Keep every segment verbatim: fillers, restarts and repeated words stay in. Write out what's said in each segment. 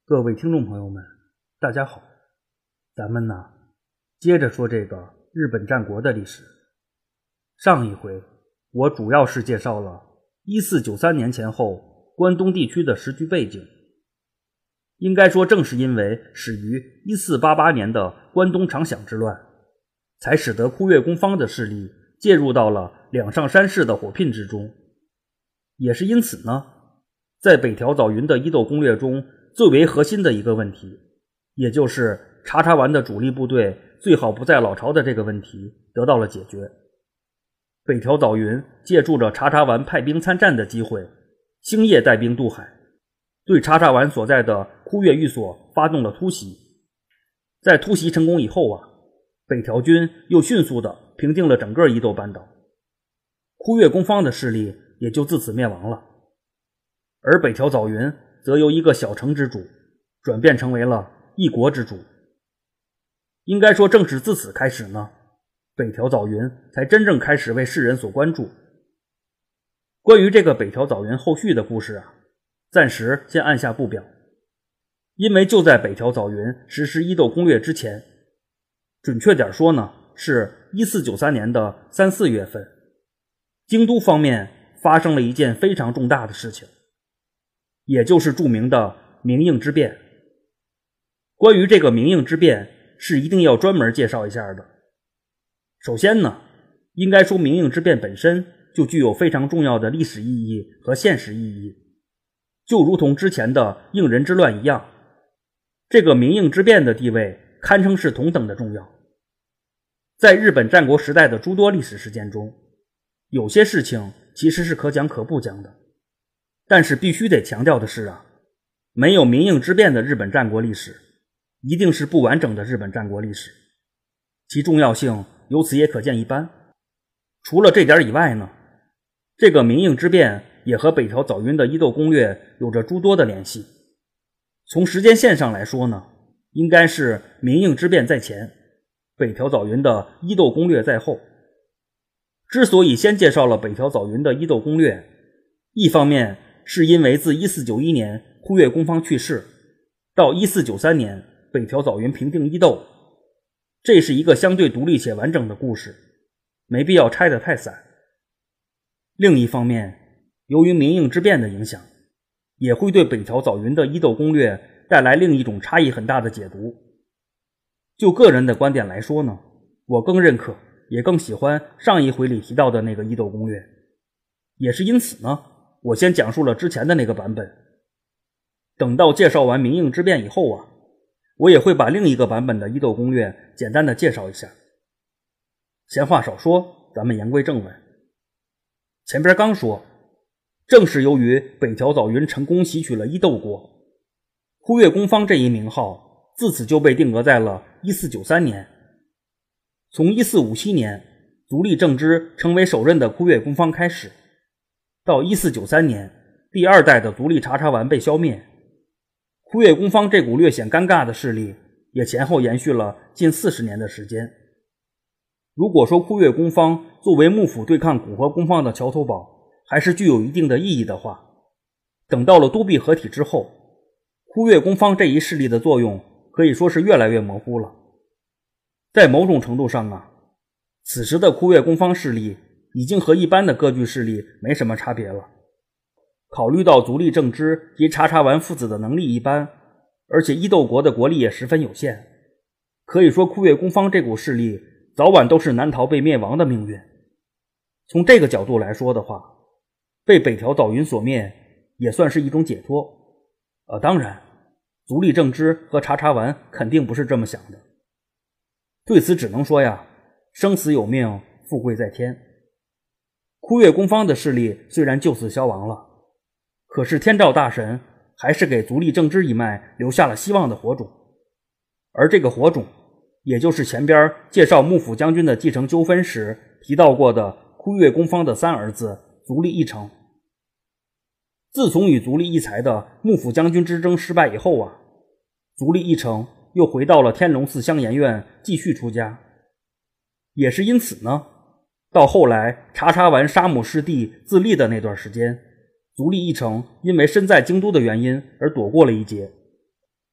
各位听众朋友们，大家好，咱们呢接着说这个日本战国的历史。上一回我主要是介绍了一四九三年前后关东地区的时局背景。应该说正是因为始于一四八八年的关东长饷之乱，才使得枯月宫方的势力介入到了两上山氏的火拼之中。也是因此呢，在北条早云的伊豆攻略中最为核心的一个问题，也就是查查丸的主力部队最好不在老巢的这个问题得到了解决。北条早云借助着查查丸派兵参战的机会，星夜带兵渡海，对查查丸所在的枯月寓所发动了突袭。在突袭成功以后啊，北条军又迅速地平定了整个伊豆半岛，枯月宫方的势力也就自此灭亡了。而北条早云则由一个小城之主转变成为了一国之主。应该说正是自此开始呢，北条早云才真正开始为世人所关注。关于这个北条早云后续的故事啊，暂时先按下不表，因为就在北条早云实施伊豆攻略之前，准确点说呢，是一四九三年的三四月份，京都方面发生了一件非常重大的事情，也就是著名的明应之变。关于这个明应之变是一定要专门介绍一下的。首先呢，应该说明应之变本身就具有非常重要的历史意义和现实意义，就如同之前的应仁之乱一样，这个明应之变的地位堪称是同等的重要。在日本战国时代的诸多历史事件中，有些事情其实是可讲可不讲的，但是必须得强调的是啊，没有明应之变的日本战国历史一定是不完整的日本战国历史，其重要性由此也可见一斑。除了这点以外呢，这个明应之变也和北条早云的伊豆攻略有着诸多的联系。从时间线上来说呢，应该是明应之变在前，北条早云的伊豆攻略在后。之所以先介绍了北条早云的伊豆攻略，一方面是因为自一四九一年枯月宫方去世到一四九三年北条早云平定伊豆，这是一个相对独立且完整的故事，没必要拆得太散。另一方面，由于明应之变的影响，也会对北条早云的伊豆攻略带来另一种差异很大的解读。就个人的观点来说呢，我更认可也更喜欢上一回里提到的那个伊豆攻略，也是因此呢，我先讲述了之前的那个版本。等到介绍完明应之变以后啊，我也会把另一个版本的伊豆攻略简单的介绍一下。闲话少说，咱们言归正文。前边刚说，正是由于北条早云成功袭取了伊豆国，枯月宫方这一名号自此就被定格在了一四九三年。从一四五七年足利政之成为首任的枯月宫方开始，到一四九三年第二代的足利查查丸被消灭，枯月宫方这股略显尴尬的势力也前后延续了近四十年的时间。如果说枯月宫方作为幕府对抗古河宫方的桥头堡还是具有一定的意义的话，等到了都弼合体之后，枯月宫方这一势力的作用可以说是越来越模糊了。在某种程度上啊，此时的枯月宫方势力已经和一般的割据势力没什么差别了。考虑到足利政之及查查丸父子的能力一般，而且伊豆国的国力也十分有限，可以说枯月宫方这股势力早晚都是难逃被灭亡的命运。从这个角度来说的话，被北条早云所灭也算是一种解脱。呃，当然足利政之和查查丸肯定不是这么想的，对此只能说呀，生死有命，富贵在天。枯月宫方的势力虽然就此消亡了，可是天照大神还是给足利政之一脉留下了希望的火种。而这个火种也就是前边介绍幕府将军的继承纠纷时提到过的枯月宫方的三儿子足利义成。自从与足利义才的幕府将军之争失败以后啊，足利义成又回到了天龙寺香岩院继续出家。也是因此呢，到后来查查丸杀母师弟自立的那段时间，足利义成因为身在京都的原因而躲过了一劫。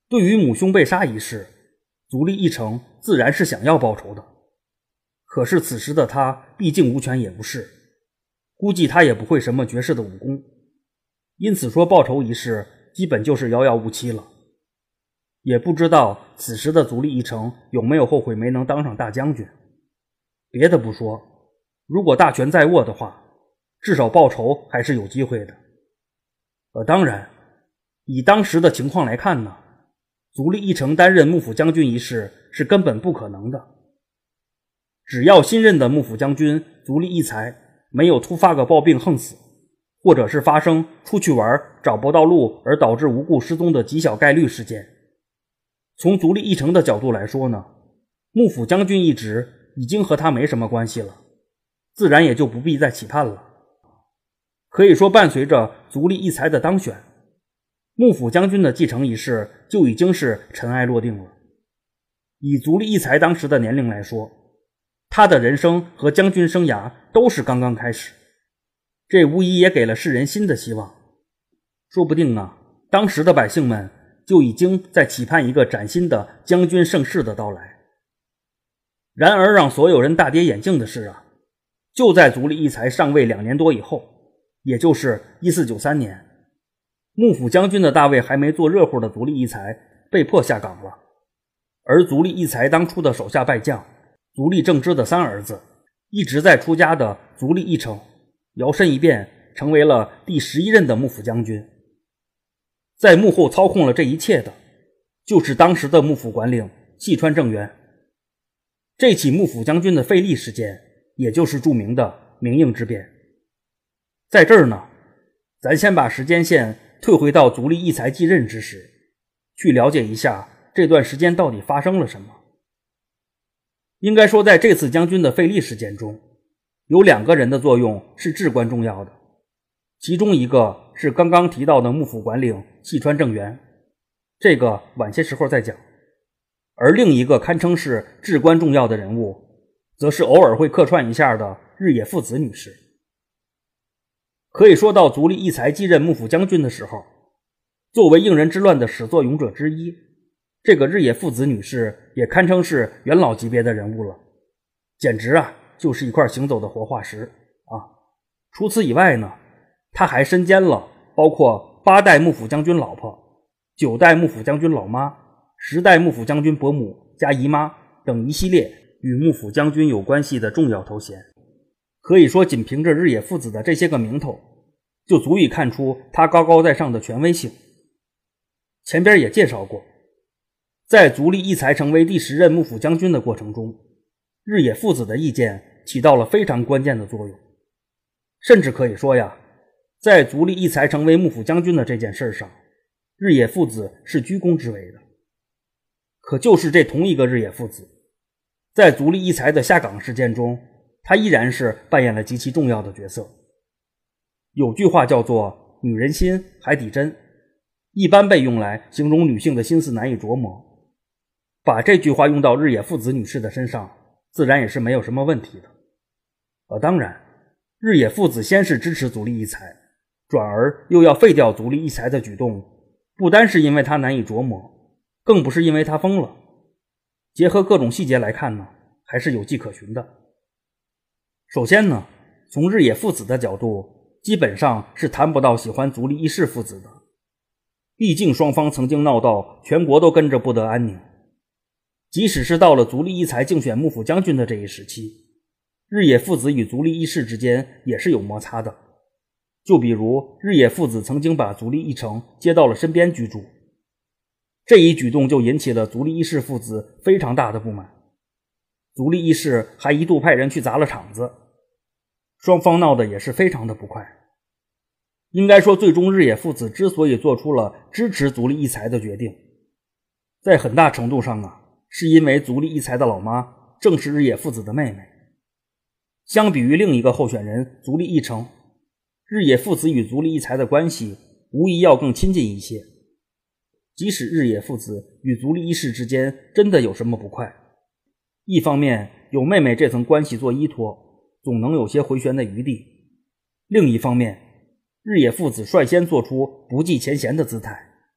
对于母兄被杀一事，足利义城自然是想要报仇的。可是此时的他毕竟无权也无势，估计他也不会什么绝世的武功，因此说报仇一事基本就是遥遥无期了。也不知道此时的足利义城有没有后悔没能当上大将军。别的不说，如果大权在握的话，至少报仇还是有机会的。呃，当然以当时的情况来看呢，足利义城担任幕府将军一事是根本不可能的。只要新任的幕府将军足利义才没有突发个暴病横死，或者是发生出去玩找不到路而导致无故失踪的极小概率事件，从足利义城的角度来说呢，幕府将军一职已经和他没什么关系了，自然也就不必再期盼了。可以说伴随着足利义才的当选，幕府将军的继承一事就已经是尘埃落定了。以足利义才当时的年龄来说，他的人生和将军生涯都是刚刚开始，这无疑也给了世人新的希望。说不定啊，当时的百姓们就已经在期盼一个崭新的将军盛世的到来。然而让所有人大跌眼镜的是啊，就在足利义才上位两年多以后，也就是一四九三年，幕府将军的大位还没坐热乎的足利义才被迫下岗了。而足利义才当初的手下败将足利政之的三儿子，一直在出家的足利义城摇身一变成为了第十一任的幕府将军。在幕后操控了这一切的就是当时的幕府管领细川政元。这起幕府将军的废立事件也就是著名的明应之变。在这儿呢，咱先把时间线退回到足利义才继任之时，去了解一下这段时间到底发生了什么。应该说在这次将军的废立事件中，有两个人的作用是至关重要的，其中一个是刚刚提到的幕府管领细川政元，这个晚些时候再讲。而另一个堪称是至关重要的人物，则是偶尔会客串一下的日野父子女士。可以说到足利义才继任幕府将军的时候，作为应仁之乱的始作俑者之一，这个日野父子女士也堪称是元老级别的人物了，简直啊就是一块行走的活化石啊！除此以外呢，他还身兼了包括八代幕府将军老婆、九代幕府将军老妈、十代幕府将军伯母加姨妈等一系列与幕府将军有关系的重要头衔。可以说仅凭着日野父子的这些个名头，就足以看出他高高在上的权威性。前边也介绍过，在足利义才成为第十任幕府将军的过程中，日野父子的意见起到了非常关键的作用。甚至可以说呀，在足利义才成为幕府将军的这件事上，日野父子是居功至伟的。可就是这同一个日野父子，在足利义才的下岗事件中，他依然是扮演了极其重要的角色。有句话叫做女人心海底针，一般被用来形容女性的心思难以琢磨。把这句话用到日野父子女士的身上，自然也是没有什么问题的。呃，当然日野父子先是支持足利义才，转而又要废掉足利义才的举动，不单是因为他难以琢磨，更不是因为他疯了。结合各种细节来看呢，还是有迹可循的。首先呢，从日野父子的角度，基本上是谈不到喜欢足利义氏父子的。毕竟双方曾经闹到全国都跟着不得安宁。即使是到了足利义才竞选幕府将军的这一时期，日野父子与足利义氏之间也是有摩擦的。就比如日野父子曾经把足利义城接到了身边居住，这一举动就引起了足利义氏父子非常大的不满。足利义氏还一度派人去砸了场子，双方闹得也是非常的不快。应该说最终日野父子之所以做出了支持足利义才的决定，在很大程度上啊，是因为足利义才的老妈正是日野父子的妹妹。相比于另一个候选人足利义城，日野父子与足利义才的关系无疑要更亲近一些。即使日野父子与足利义氏之间真的有什么不快，一方面有妹妹这层关系做依托，总能有些回旋的余地；另一方面，日野父子率先做出不计前嫌的姿态，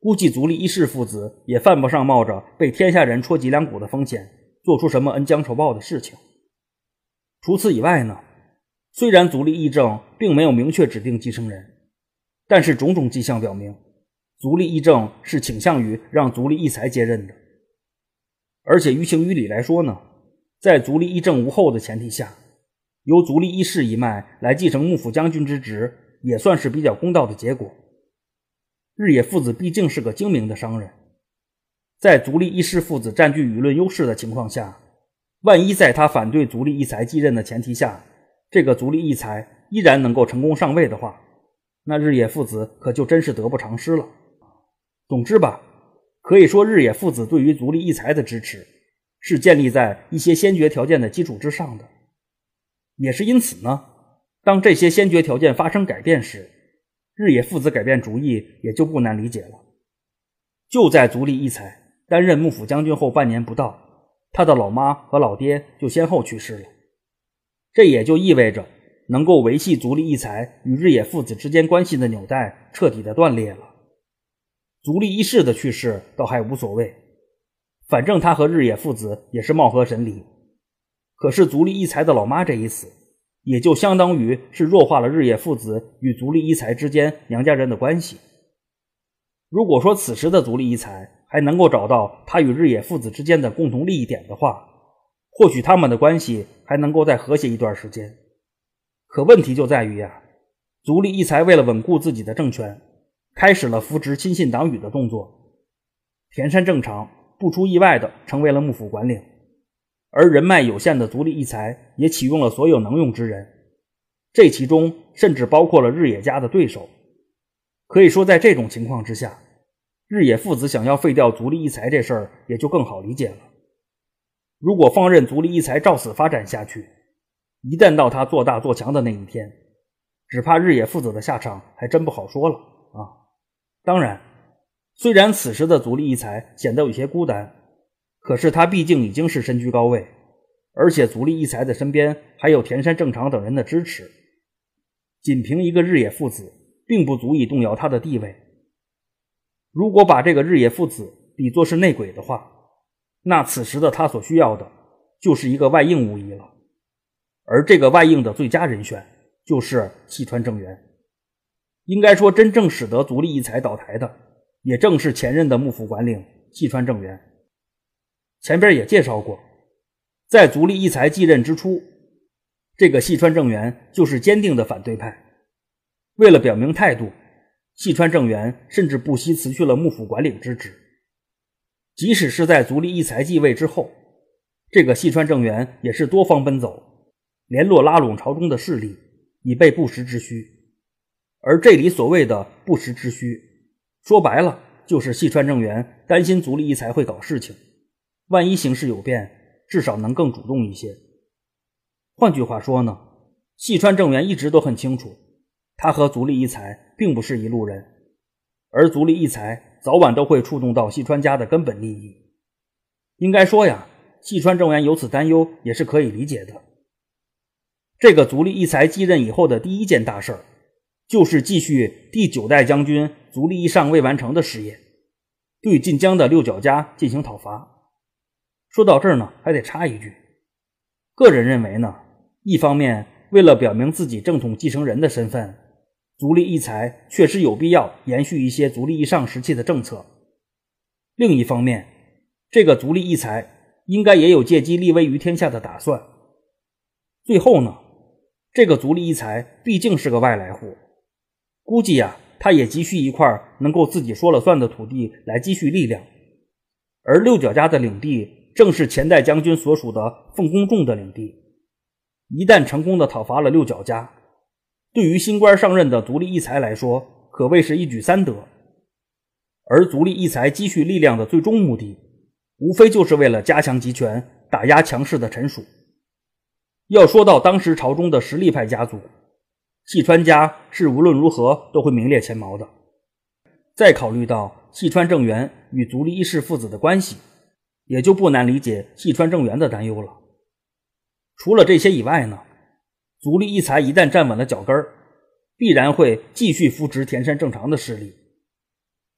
估计足利义士父子也犯不上冒着被天下人戳脊梁骨的风险，做出什么恩将仇报的事情。除此以外呢，虽然足利义政并没有明确指定继承人，但是种种迹象表明，足利义政是倾向于让足利义才接任的。而且于情于理来说呢，在足利义政无后的前提下，由足利义氏一脉来继承幕府将军之职，也算是比较公道的结果。日野父子毕竟是个精明的商人，在足利义氏父子占据舆论优势的情况下，万一在他反对足利义才继任的前提下，这个足利义才依然能够成功上位的话，那日野父子可就真是得不偿失了。总之吧，可以说日野父子对于足利义才的支持是建立在一些先决条件的基础之上的。也是因此呢，当这些先决条件发生改变时，日野父子改变主意也就不难理解了。就在足利义才担任幕府将军后半年不到，他的老妈和老爹就先后去世了。这也就意味着能够维系足利义才与日野父子之间关系的纽带彻底的断裂了。足利义氏的去世倒还无所谓，反正他和日野父子也是貌合神离。可是足利义才的老妈这一死，也就相当于是弱化了日野父子与足利义才之间娘家人的关系。如果说此时的足利义才还能够找到他与日野父子之间的共同利益点的话，或许他们的关系还能够再和谐一段时间。可问题就在于呀、啊，足利义才为了稳固自己的政权，开始了扶植亲信党羽的动作。田山正常不出意外的成为了幕府管领，而人脉有限的足利义才也启用了所有能用之人，这其中甚至包括了日野家的对手。可以说在这种情况之下，日野父子想要废掉足利义才这事儿也就更好理解了。如果放任足利义才照此发展下去，一旦到他做大做强的那一天，只怕日野父子的下场还真不好说了啊！当然，虽然此时的足利义才显得有些孤单，可是他毕竟已经是身居高位，而且足利义才的身边还有田山正常等人的支持，仅凭一个日野父子并不足以动摇他的地位。如果把这个日野父子比作是内鬼的话，那此时的他所需要的就是一个外应无疑了。而这个外应的最佳人选就是细川政元。应该说真正使得足利义才倒台的，也正是前任的幕府管领细川政元。前边也介绍过，在足利义才继任之初，这个细川政元就是坚定的反对派。为了表明态度，细川政元甚至不惜辞去了幕府管领之职。即使是在足利义才继位之后，这个细川政元也是多方奔走，联络拉拢朝中的势力，以备不时之需。而这里所谓的不时之需，说白了就是细川政元担心足利义才会搞事情，万一形势有变，至少能更主动一些。换句话说呢，细川政元一直都很清楚，他和足利义才并不是一路人，而足利义才早晚都会触动到细川家的根本利益。应该说呀，细川政元有此担忧也是可以理解的。这个足利义才继任以后的第一件大事儿，就是继续第九代将军足利义尚未完成的事业，对晋江的六角家进行讨伐。说到这儿呢，还得插一句，个人认为呢，一方面为了表明自己正统继承人的身份，足利义才确实有必要延续一些足利义尚时期的政策。另一方面，这个足利义才应该也有借机立威于天下的打算。最后呢，这个足利义才毕竟是个外来户，估计啊，他也急需一块能够自己说了算的土地来积蓄力量。而六角家的领地正是前代将军所属的奉公众的领地，一旦成功的讨伐了六角家，对于新官上任的足利义才来说，可谓是一举三得。而足利义才积蓄力量的最终目的，无非就是为了加强集权，打压强势的臣属。要说到当时朝中的实力派家族，细川家是无论如何都会名列前茅的。再考虑到细川政元与足利义氏父子的关系，也就不难理解细川政元的担忧了。除了这些以外呢，足利义才一旦站稳了脚跟，必然会继续扶植田山正常的势力。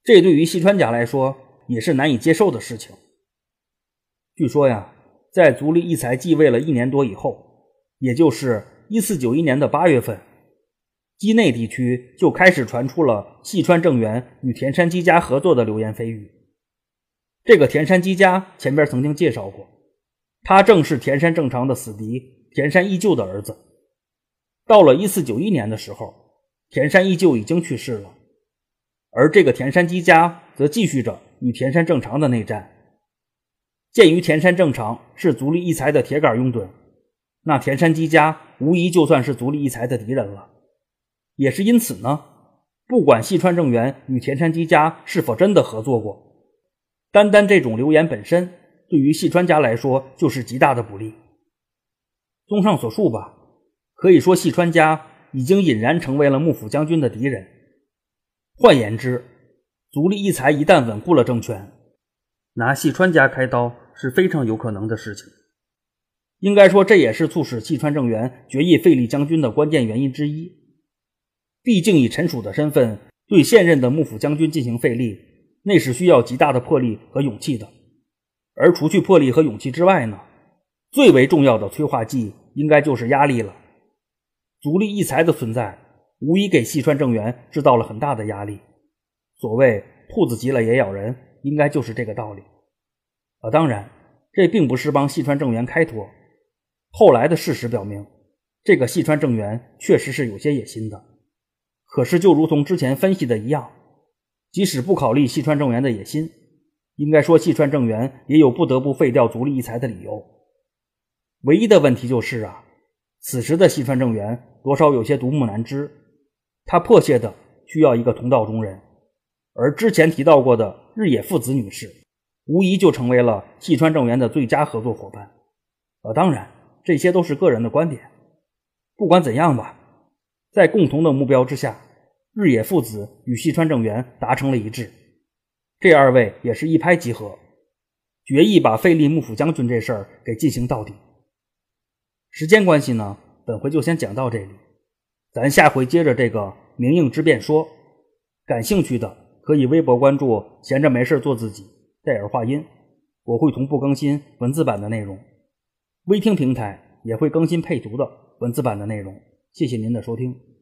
这对于细川家来说也是难以接受的事情。据说呀，在足利义才继位了一年多以后，也就是一四九一年的八月份，畿内地区就开始传出了细川政元与田山基家合作的流言蜚语。这个田山基家前边曾经介绍过，他正是田山正长的死敌田山义就的儿子。到了一四九一年的时候，田山义就已经去世了，而这个田山基家则继续着与田山正长的内战。鉴于田山正长是足利义才的铁杆拥趸，那田山基家无疑就算是足利义才的敌人了。也是因此呢，不管细川政元与田山基家是否真的合作过，单单这种流言本身对于细川家来说就是极大的不利。综上所述吧，可以说细川家已经隐然成为了幕府将军的敌人。换言之，足利义才一旦稳固了政权，拿细川家开刀是非常有可能的事情。应该说这也是促使细川政元决议废立将军的关键原因之一。毕竟以臣属的身份对现任的幕府将军进行废立，那是需要极大的魄力和勇气的。而除去魄力和勇气之外呢，最为重要的催化剂应该就是压力了。足利义才的存在无疑给细川政元制造了很大的压力。所谓兔子急了也咬人，应该就是这个道理。啊，当然这并不是帮细川政元开脱，后来的事实表明，这个细川政元确实是有些野心的。可是就如同之前分析的一样，即使不考虑细川政元的野心，应该说细川政元也有不得不废掉足利义才的理由。唯一的问题就是啊，此时的细川政元多少有些独木难支，他迫切的需要一个同道中人，而之前提到过的日野父子女士无疑就成为了细川政元的最佳合作伙伴。呃，当然这些都是个人的观点。不管怎样吧，在共同的目标之下，日野父子与细川政元达成了一致。这二位也是一拍即合，决意把废立幕府将军这事儿给进行到底。时间关系呢，本回就先讲到这里，咱下回接着这个明应之辩说。感兴趣的可以微博关注闲着没事做自己戴尔话音，我会同步更新文字版的内容，微听平台也会更新配图的文字版的内容。谢谢您的收听。